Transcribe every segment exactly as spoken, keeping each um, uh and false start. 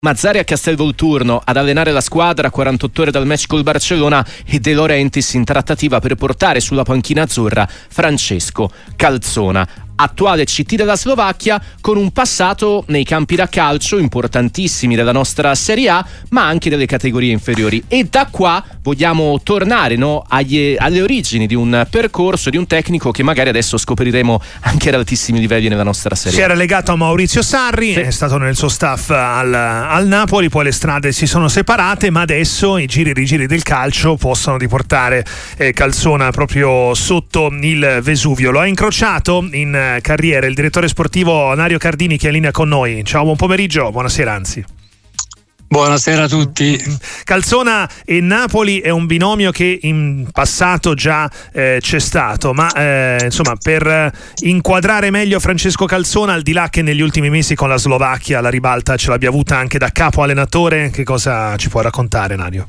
Mazzarri a Castelvolturno ad allenare la squadra a quarantotto ore dal match col Barcellona e De Laurentiis in trattativa per portare sulla panchina azzurra Francesco Calzona, attuale C T della Slovacchia, con un passato nei campi da calcio importantissimi della nostra Serie A, ma anche delle categorie inferiori. E da qua vogliamo tornare, no, agli, alle origini di un percorso, di un tecnico che magari adesso scopriremo anche ad altissimi livelli nella nostra Serie A. Si era legato a Maurizio Sarri, sì. È stato nel suo staff al, al Napoli, poi le strade si sono separate, ma adesso i giri e rigiri del calcio possono riportare eh, Calzona proprio sotto il Vesuvio. Lo ha incrociato in carriera il direttore sportivo Nario Cardini, che è in linea con noi. Ciao, buon pomeriggio, buonasera anzi. Buonasera a tutti. Calzona e Napoli è un binomio che in passato già eh, c'è stato, ma eh, insomma, per inquadrare meglio Francesco Calzona, al di là che negli ultimi mesi con la Slovacchia la ribalta ce l'abbia avuta anche da capo allenatore, che cosa ci può raccontare, Nario?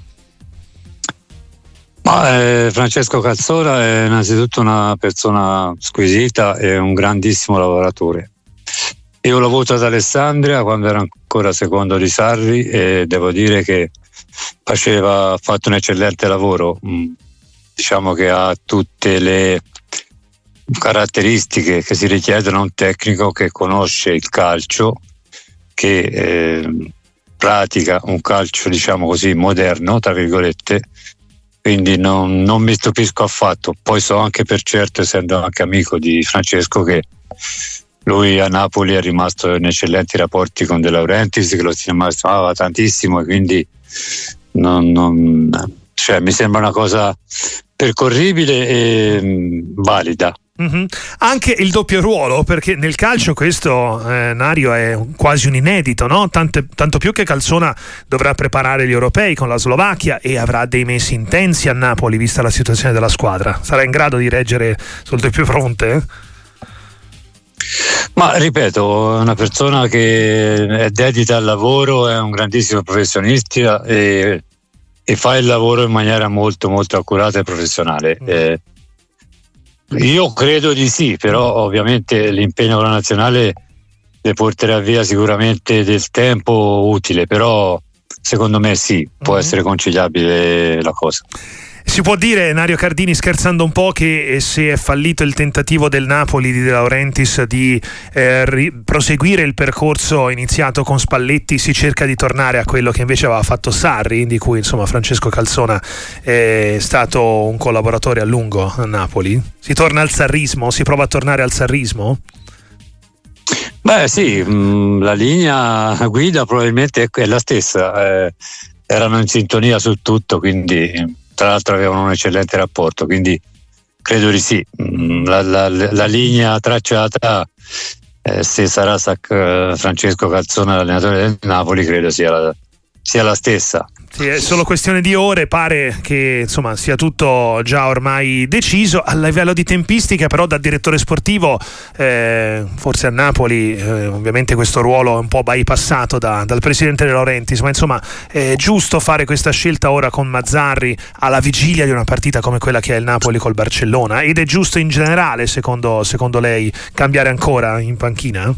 Ma, eh, Francesco Calzona è innanzitutto una persona squisita e un grandissimo lavoratore. Io l'ho avuto ad Alessandria quando era ancora secondo di Sarri e devo dire che faceva, ha fatto un eccellente lavoro. Diciamo che ha tutte le caratteristiche che si richiedono a un tecnico che conosce il calcio, che eh, pratica un calcio, diciamo così, moderno, tra virgolette. Quindi non, non mi stupisco affatto. Poi so anche per certo, essendo anche amico di Francesco, che lui a Napoli è rimasto in eccellenti rapporti con De Laurentiis, che lo stimava tantissimo, e quindi non, non, cioè, mi sembra una cosa percorribile e mh, valida. Mm-hmm. Anche il doppio ruolo, perché nel calcio questo, eh, Nario, è quasi un inedito, no? Tante, tanto più che Calzona dovrà preparare gli europei con la Slovacchia e avrà dei mesi intensi a Napoli, vista la situazione della squadra. Sarà in grado di reggere sul doppio fronte? Eh? Ma ripeto, è una persona che è dedita al lavoro, è un grandissimo professionista e, e fa il lavoro in maniera molto molto accurata e professionale. Mm. Eh, Io credo di sì, però ovviamente l'impegno con la nazionale le porterà via sicuramente del tempo utile, però secondo me sì, può mm-hmm. essere conciliabile la cosa. Si può dire, Nario Cardini, scherzando un po', che se è fallito il tentativo del Napoli di De Laurentiis di eh, ri- proseguire il percorso iniziato con Spalletti, si cerca di tornare a quello che invece aveva fatto Sarri, di cui insomma Francesco Calzona è stato un collaboratore a lungo a Napoli? Si torna al sarrismo? Si prova a tornare al sarrismo? Beh sì, mh, la linea guida probabilmente è la stessa, eh, erano in sintonia su tutto, quindi tra l'altro avevano un eccellente rapporto, quindi credo di sì. La, la, la linea tracciata, eh, se sarà Sac, Francesco Calzona l'allenatore del Napoli, credo sia la, sia la stessa. Sì, è solo questione di ore, pare che insomma sia tutto già ormai deciso. A livello di tempistica, però, da direttore sportivo, eh, forse a Napoli eh, ovviamente questo ruolo è un po' bypassato da, dal presidente De Laurentiis, ma insomma è giusto fare questa scelta ora con Mazzarri alla vigilia di una partita come quella che è il Napoli col Barcellona, ed è giusto in generale, secondo, secondo lei, cambiare ancora in panchina?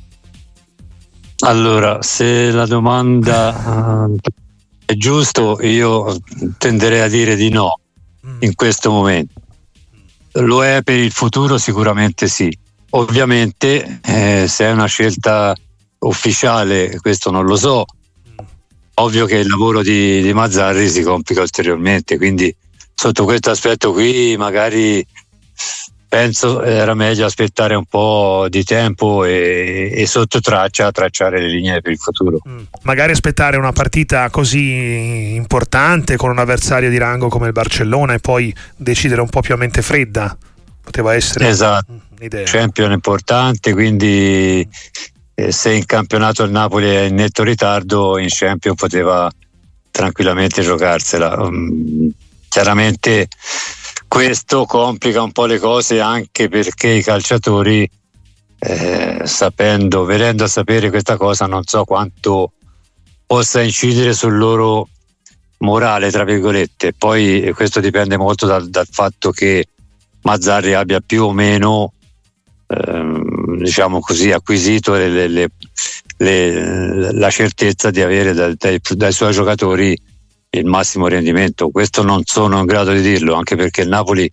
Allora, se la domanda uh... è giusto, io tenderei a dire di no in questo momento. Lo è per il futuro sicuramente sì. Ovviamente eh, se è una scelta ufficiale, questo non lo so, ovvio che il lavoro di, di Mazzarri si complica ulteriormente, quindi sotto questo aspetto qui magari penso era meglio aspettare un po' di tempo e, e sotto traccia tracciare le linee per il futuro. Mm. Magari aspettare una partita così importante con un avversario di rango come il Barcellona e poi decidere un po' più a mente fredda. Poteva essere esatto. Un'idea. Champion importante, quindi eh, se in campionato il Napoli è in netto ritardo, in Champion poteva tranquillamente giocarsela. Um, chiaramente questo complica un po' le cose, anche perché i calciatori, eh, sapendo, venendo a sapere questa cosa, non so quanto possa incidere sul loro morale, tra virgolette. Poi questo dipende molto dal, dal fatto che Mazzarri abbia più o meno, ehm, diciamo così, acquisito le, le, le, la certezza di avere dai, dai, dai suoi giocatori il massimo rendimento. Questo non sono in grado di dirlo, anche perché il Napoli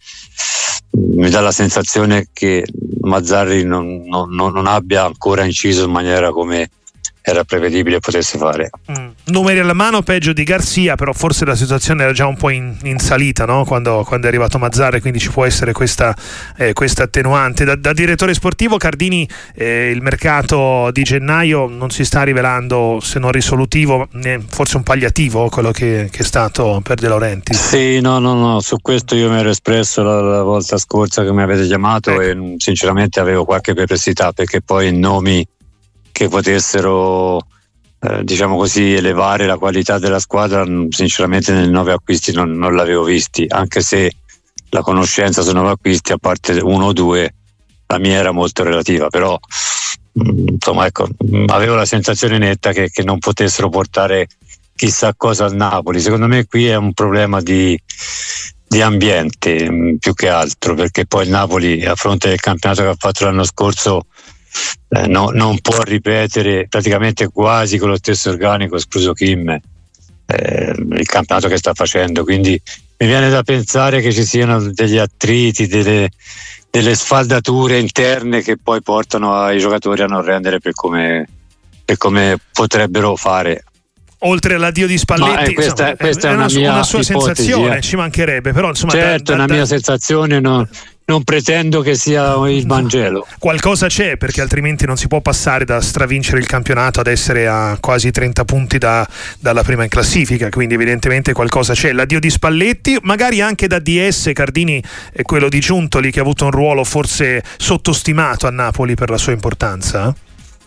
mi dà la sensazione che Mazzarri non, non, non abbia ancora inciso in maniera come era prevedibile potesse fare. Mm. Numeri alla mano, peggio di Garcia, però forse la situazione era già un po' in, in salita, no? quando, quando è arrivato Mazzarri, quindi ci può essere questa, eh, questa attenuante. Da, da direttore sportivo Cardini, eh, il mercato di gennaio non si sta rivelando, se non risolutivo, né, forse un palliativo quello che, che è stato per De Laurentiis. Sì, no, no, no, su questo io mi ero espresso la, la volta scorsa che mi avete chiamato, ecco. E sinceramente avevo qualche perplessità, perché poi i nomi che potessero eh, diciamo così elevare la qualità della squadra sinceramente nei nuovi acquisti non, non l'avevo visti, anche se la conoscenza sui nuovi acquisti, a parte uno o due, la mia era molto relativa, però mh, insomma ecco, mh, avevo la sensazione netta che, che non potessero portare chissà cosa al Napoli. Secondo me qui è un problema di, di ambiente mh, più che altro, perché poi il Napoli, a fronte del campionato che ha fatto l'anno scorso, Eh, no, non può ripetere praticamente quasi con lo stesso organico, escluso Kim, eh, il campionato che sta facendo, quindi mi viene da pensare che ci siano degli attriti, delle, delle sfaldature interne che poi portano ai giocatori a non rendere per come, per come potrebbero fare. Oltre all'addio di Spalletti, eh, questa, insomma, questa è, è una, una, mia una sua ipotesi, sensazione, eh. ci mancherebbe, però insomma, certo da, da, è una mia da, sensazione, non, non pretendo che sia il Vangelo. Qualcosa c'è, perché altrimenti non si può passare da stravincere il campionato ad essere a quasi trenta punti da, dalla prima in classifica, quindi evidentemente qualcosa c'è. L'addio di Spalletti, magari anche da D S Cardini, è quello di Giuntoli, che ha avuto un ruolo forse sottostimato a Napoli per la sua importanza.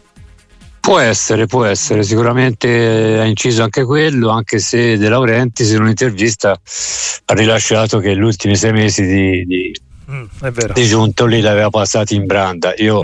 Può essere, può essere, sicuramente ha inciso anche quello, anche se De Laurentiis in un'intervista ha rilasciato che gli ultimi sei mesi di, di, mm, è vero. di Giuntoli li aveva passati in branda. Io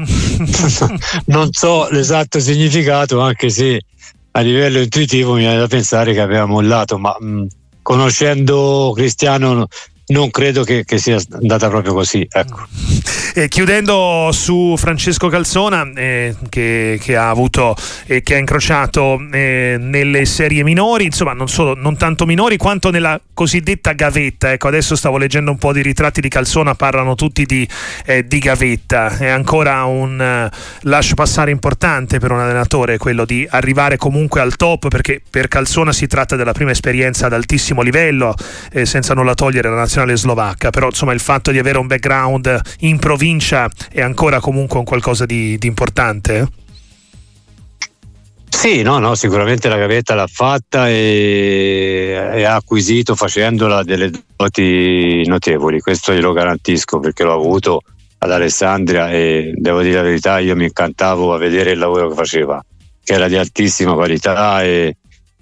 non so l'esatto significato, anche se a livello intuitivo mi viene da pensare che aveva mollato, ma mh, conoscendo Cristiano non credo che, che sia andata proprio così, ecco. Eh, chiudendo su Francesco Calzona, eh, che, che ha avuto e eh, che ha incrociato eh, nelle serie minori, insomma non solo, non tanto minori quanto nella cosiddetta gavetta, ecco, adesso stavo leggendo un po' di ritratti di Calzona, parlano tutti di, eh, di gavetta. È ancora un uh, lascio passare importante per un allenatore, quello di arrivare comunque al top, perché per Calzona si tratta della prima esperienza ad altissimo livello, eh, senza nulla togliere la nazionale slovacca, però insomma il fatto di avere un background in provincia è ancora comunque un qualcosa di, di importante? Sì, no, no, sicuramente la gavetta l'ha fatta e, e ha acquisito facendola delle doti notevoli, questo glielo garantisco, perché l'ho avuto ad Alessandria e devo dire la verità, io mi incantavo a vedere il lavoro che faceva, che era di altissima qualità e,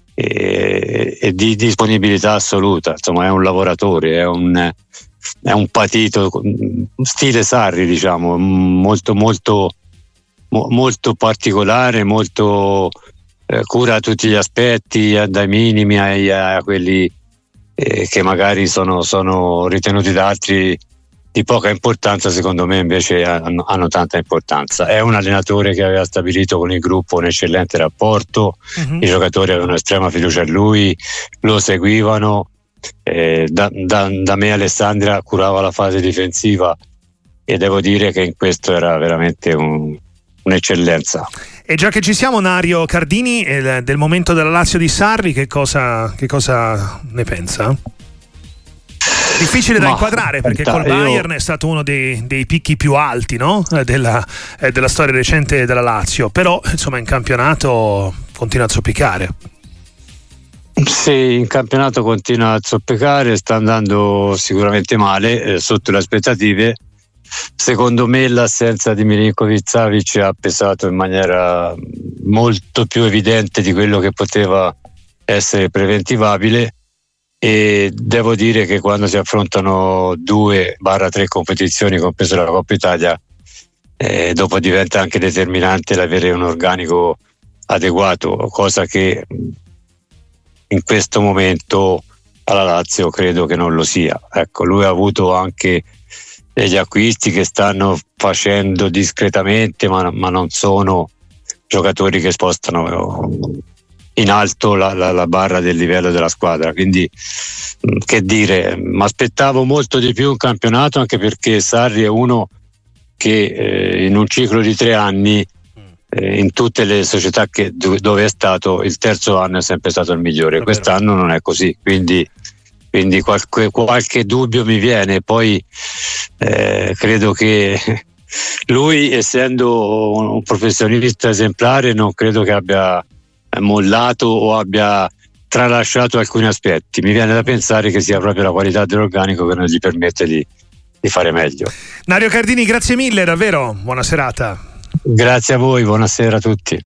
e, e di disponibilità assoluta. Insomma, è un lavoratore, è un è un patito stile Sarri, diciamo, molto molto molto particolare, molto eh, cura tutti gli aspetti, dai minimi ai, a quelli eh, che magari sono, sono ritenuti da altri di poca importanza, secondo me invece hanno, hanno tanta importanza. È un allenatore che aveva stabilito con il gruppo un eccellente rapporto, uh-huh. I giocatori avevano estrema fiducia in lui, lo seguivano. Eh, da, da, da me Alessandria curava la fase difensiva e devo dire che in questo era veramente un, un'eccellenza. E già che ci siamo, Nario Cardini, eh, del momento della Lazio di Sarri, che cosa, che cosa ne pensa? Difficile da Ma, inquadrare, perché col Bayern io... è stato uno dei, dei picchi più alti, no? della, eh, della storia recente della Lazio, però insomma in campionato continua a zoppicare. Sì, in campionato continua a zoppicare, sta andando sicuramente male, eh, sotto le aspettative. Secondo me l'assenza di Milinkovic-Savic ha pesato in maniera molto più evidente di quello che poteva essere preventivabile, e devo dire che quando si affrontano due barra tre competizioni, compresa la Coppa Italia, eh, dopo diventa anche determinante l'avere un organico adeguato, cosa che in questo momento alla Lazio credo che non lo sia. Ecco, lui ha avuto anche degli acquisti che stanno facendo discretamente, ma, ma non sono giocatori che spostano in alto la, la, la barra del livello della squadra. Quindi che dire, mi aspettavo molto di più un campionato, anche perché Sarri è uno che eh, in un ciclo di tre anni eh, in tutte le società che, dove è stato, il terzo anno è sempre stato il migliore. Quest'anno non è così, quindi, quindi qualche, qualche dubbio mi viene. Poi eh, credo che lui, essendo un professionista esemplare, non credo che abbia mollato o abbia tralasciato alcuni aspetti. Mi viene da pensare che sia proprio la qualità dell'organico che non gli permette di, di fare meglio. Dario Cardini, grazie mille, davvero, buona serata. Grazie a voi, buonasera a tutti.